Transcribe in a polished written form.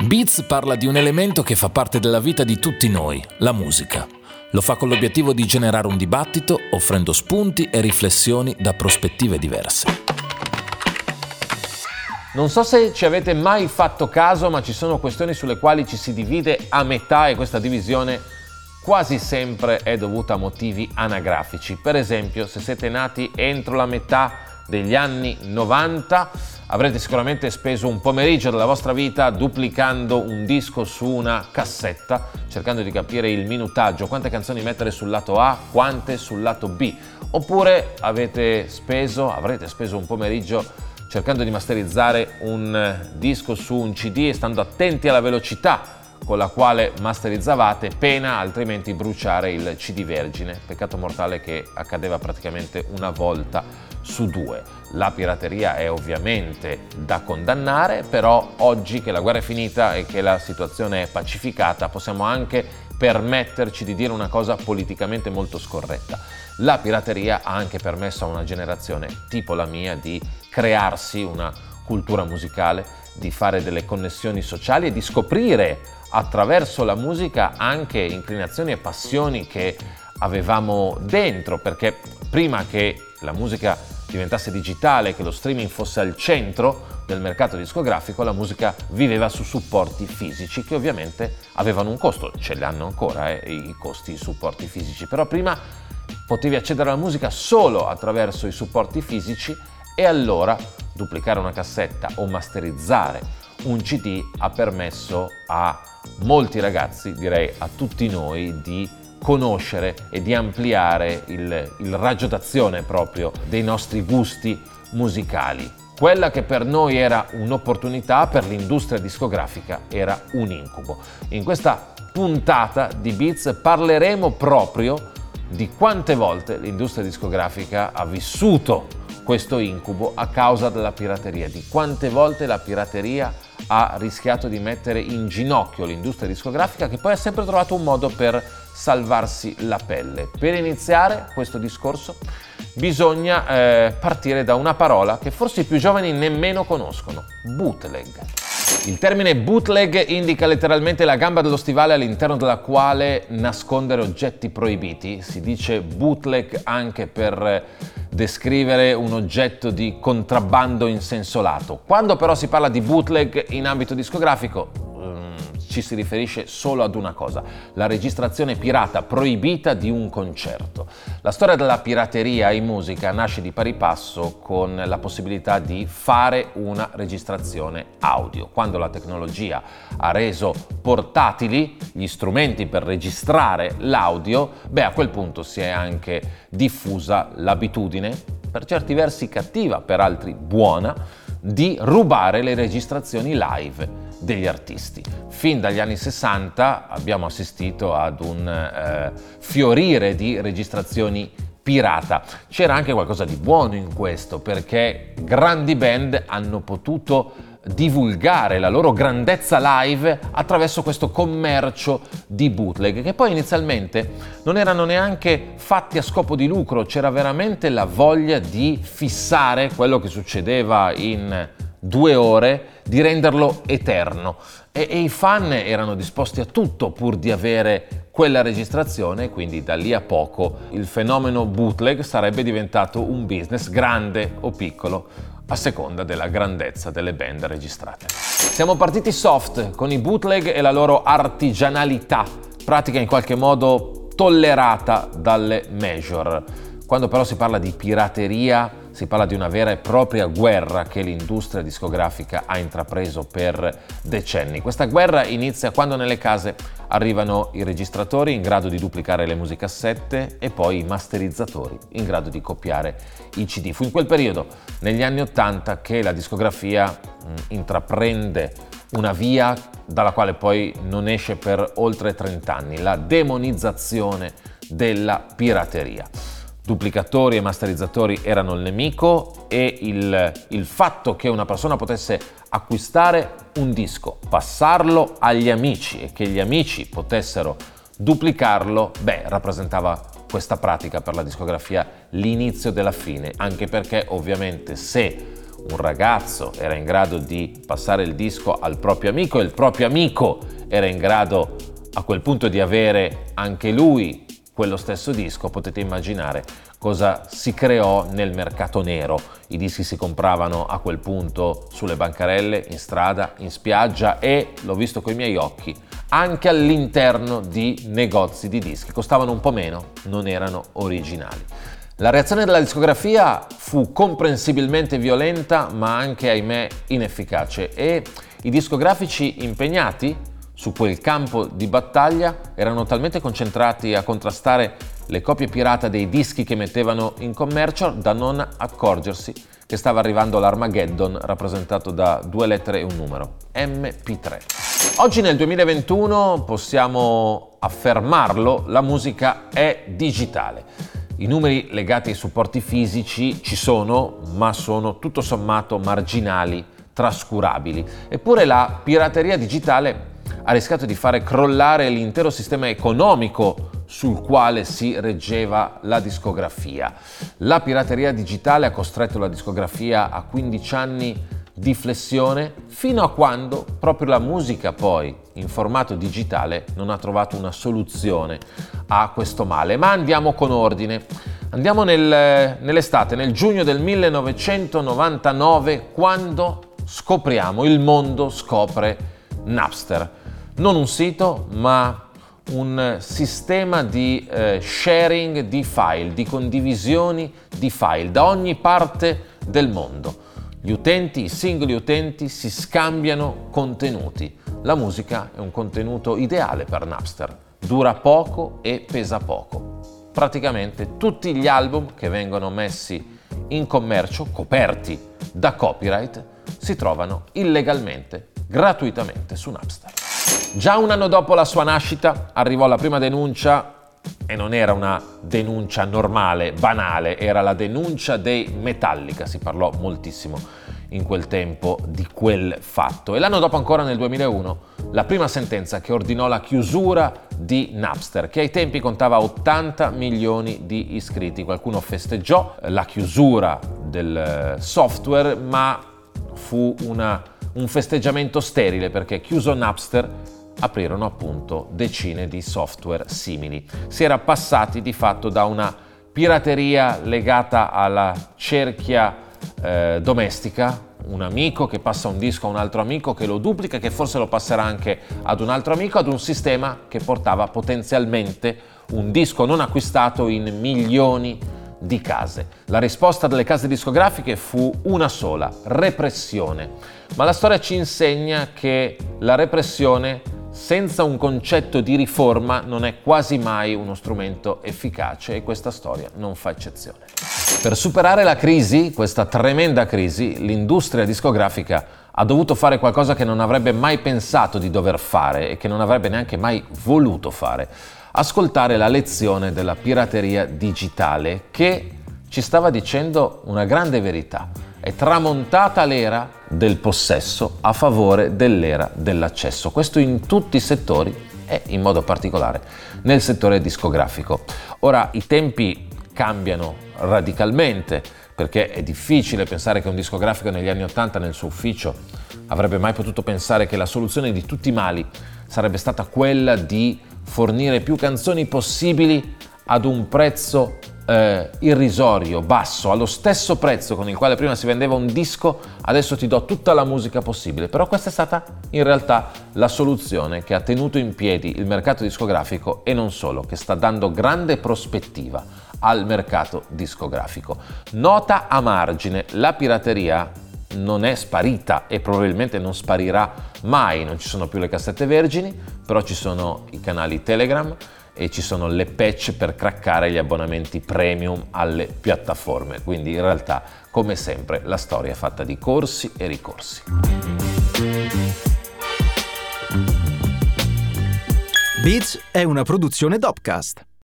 Beats parla di un elemento che fa parte della vita di tutti noi, la musica. Lo fa con l'obiettivo di generare un dibattito, offrendo spunti e riflessioni da prospettive diverse. Non so se ci avete mai fatto caso, ma ci sono questioni sulle quali ci si divide a metà e questa divisione quasi sempre è dovuta a motivi anagrafici. Per esempio, se siete nati entro la metà degli anni 90, avrete sicuramente speso un pomeriggio della vostra vita duplicando un disco su una cassetta, cercando di capire il minutaggio, quante canzoni mettere sul lato A, quante sul lato B. Oppure avrete speso un pomeriggio cercando di masterizzare un disco su un CD e stando attenti alla velocità con la quale masterizzavate, pena altrimenti bruciare il CD vergine, peccato mortale che accadeva praticamente una volta su due. La pirateria è ovviamente da condannare, però oggi che la guerra è finita e che la situazione è pacificata, possiamo anche permetterci di dire una cosa politicamente molto scorretta. La pirateria ha anche permesso a una generazione tipo la mia di crearsi una cultura musicale, di fare delle connessioni sociali e di scoprire attraverso la musica anche inclinazioni e passioni che avevamo dentro, perché prima che la musica diventasse digitale, che lo streaming fosse al centro del mercato discografico, la musica viveva su supporti fisici che ovviamente avevano un costo, ce li hanno ancora i costi, i supporti fisici, però prima potevi accedere alla musica solo attraverso i supporti fisici e allora duplicare una cassetta o masterizzare un CD ha permesso a molti ragazzi, direi a tutti noi, di conoscere e di ampliare il raggio d'azione proprio dei nostri gusti musicali. Quella che per noi era un'opportunità, per l'industria discografica era un incubo. In questa puntata di Beats parleremo proprio di quante volte l'industria discografica ha vissuto questo incubo a causa della pirateria, di quante volte la pirateria ha rischiato di mettere in ginocchio l'industria discografica, che poi ha sempre trovato un modo per salvarsi la pelle. Per iniziare questo discorso bisogna partire da una parola che forse i più giovani nemmeno conoscono: bootleg. Il termine bootleg indica letteralmente la gamba dello stivale all'interno della quale nascondere oggetti proibiti. Si dice bootleg anche per descrivere un oggetto di contrabbando in senso lato. Quando però si parla di bootleg in ambito discografico, ci si riferisce solo ad una cosa: la registrazione pirata proibita di un concerto. La storia della pirateria in musica nasce di pari passo con la possibilità di fare una registrazione audio. Quando la tecnologia ha reso portatili gli strumenti per registrare l'audio, a quel punto si è anche diffusa l'abitudine, per certi versi cattiva, per altri buona, di rubare le registrazioni live degli artisti. Fin dagli anni 60 abbiamo assistito ad un fiorire di registrazioni pirata. C'era anche qualcosa di buono in questo, perché grandi band hanno potuto divulgare la loro grandezza live attraverso questo commercio di bootleg, che poi inizialmente non erano neanche fatti a scopo di lucro, c'era veramente la voglia di fissare quello che succedeva in 2 ore, di renderlo eterno e i fan erano disposti a tutto pur di avere quella registrazione, quindi da lì a poco il fenomeno bootleg sarebbe diventato un business grande o piccolo a seconda della grandezza delle band registrate. Siamo partiti soft con i bootleg e la loro artigianalità, pratica in qualche modo tollerata dalle major. Quando però si parla di pirateria, si parla di una vera e propria guerra che l'industria discografica ha intrapreso per decenni. Questa guerra inizia quando nelle case arrivano i registratori in grado di duplicare le musicassette e poi i masterizzatori in grado di copiare i CD. Fu in quel periodo, negli anni '80, che la discografia intraprende una via dalla quale poi non esce per oltre 30 anni, la demonizzazione della pirateria. Duplicatori e masterizzatori erano il nemico e il fatto che una persona potesse acquistare un disco, passarlo agli amici e che gli amici potessero duplicarlo, rappresentava questa pratica per la discografia l'inizio della fine, anche perché ovviamente se un ragazzo era in grado di passare il disco al proprio amico e il proprio amico era in grado a quel punto di avere anche lui quello stesso disco, potete immaginare cosa si creò nel mercato nero. I dischi si compravano a quel punto sulle bancarelle, in strada, in spiaggia e, l'ho visto coi miei occhi, anche all'interno di negozi di dischi. Costavano un po' meno, non erano originali. La reazione della discografia fu comprensibilmente violenta, ma anche, ahimè, inefficace, e i discografici impegnati su quel campo di battaglia erano talmente concentrati a contrastare le copie pirata dei dischi che mettevano in commercio da non accorgersi che stava arrivando l'Armageddon, rappresentato da 2 lettere e un numero, MP3. Oggi nel 2021 possiamo affermarlo, la musica è digitale. I numeri legati ai supporti fisici ci sono, ma sono tutto sommato marginali, trascurabili. Eppure la pirateria digitale ha rischiato di fare crollare l'intero sistema economico sul quale si reggeva la discografia. La pirateria digitale ha costretto la discografia a 15 anni di flessione, fino a quando proprio la musica poi in formato digitale non ha trovato una soluzione a questo male. Ma andiamo con ordine. Andiamo nell'estate, nel giugno del 1999, quando il mondo scopre Napster. Non un sito, ma un sistema di sharing di file, di condivisioni di file da ogni parte del mondo. Gli utenti, i singoli utenti, si scambiano contenuti. La musica è un contenuto ideale per Napster. Dura poco e pesa poco. Praticamente tutti gli album che vengono messi in commercio, coperti da copyright, si trovano illegalmente, gratuitamente su Napster. Già un anno dopo la sua nascita arrivò la prima denuncia, e non era una denuncia normale, banale, era la denuncia dei Metallica. Si parlò moltissimo in quel tempo di quel fatto. E l'anno dopo, ancora nel 2001, la prima sentenza che ordinò la chiusura di Napster, che ai tempi contava 80 milioni di iscritti. Qualcuno festeggiò la chiusura del software, ma fu un festeggiamento sterile, perché chiuso Napster aprirono appunto decine di software simili. Si era passati di fatto da una pirateria legata alla cerchia domestica, un amico che passa un disco a un altro amico che lo duplica, che forse lo passerà anche ad un altro amico, ad un sistema che portava potenzialmente un disco non acquistato in milioni di case. La risposta delle case discografiche fu una sola: repressione. Ma la storia ci insegna che la repressione senza un concetto di riforma non è quasi mai uno strumento efficace, e questa storia non fa eccezione. Per superare la crisi, questa tremenda crisi, l'industria discografica ha dovuto fare qualcosa che non avrebbe mai pensato di dover fare e che non avrebbe neanche mai voluto fare: ascoltare la lezione della pirateria digitale, che ci stava dicendo una grande verità. È tramontata l'era del possesso a favore dell'era dell'accesso. Questo in tutti i settori e in modo particolare nel settore discografico. Ora i tempi cambiano radicalmente, perché è difficile pensare che un discografico negli anni '80 nel suo ufficio avrebbe mai potuto pensare che la soluzione di tutti i mali sarebbe stata quella di fornire più canzoni possibili ad un prezzo irrisorio, basso, allo stesso prezzo con il quale prima si vendeva un disco. Adesso ti do tutta la musica possibile. Però questa è stata in realtà la soluzione che ha tenuto in piedi il mercato discografico, e non solo, che sta dando grande prospettiva al mercato discografico. Nota a margine: la pirateria non è sparita e probabilmente non sparirà mai. Non ci sono più le cassette vergini, però ci sono i canali Telegram e ci sono le patch per craccare gli abbonamenti premium alle piattaforme. Quindi in realtà, come sempre, la storia è fatta di corsi e ricorsi. Beats è una produzione Dopcast.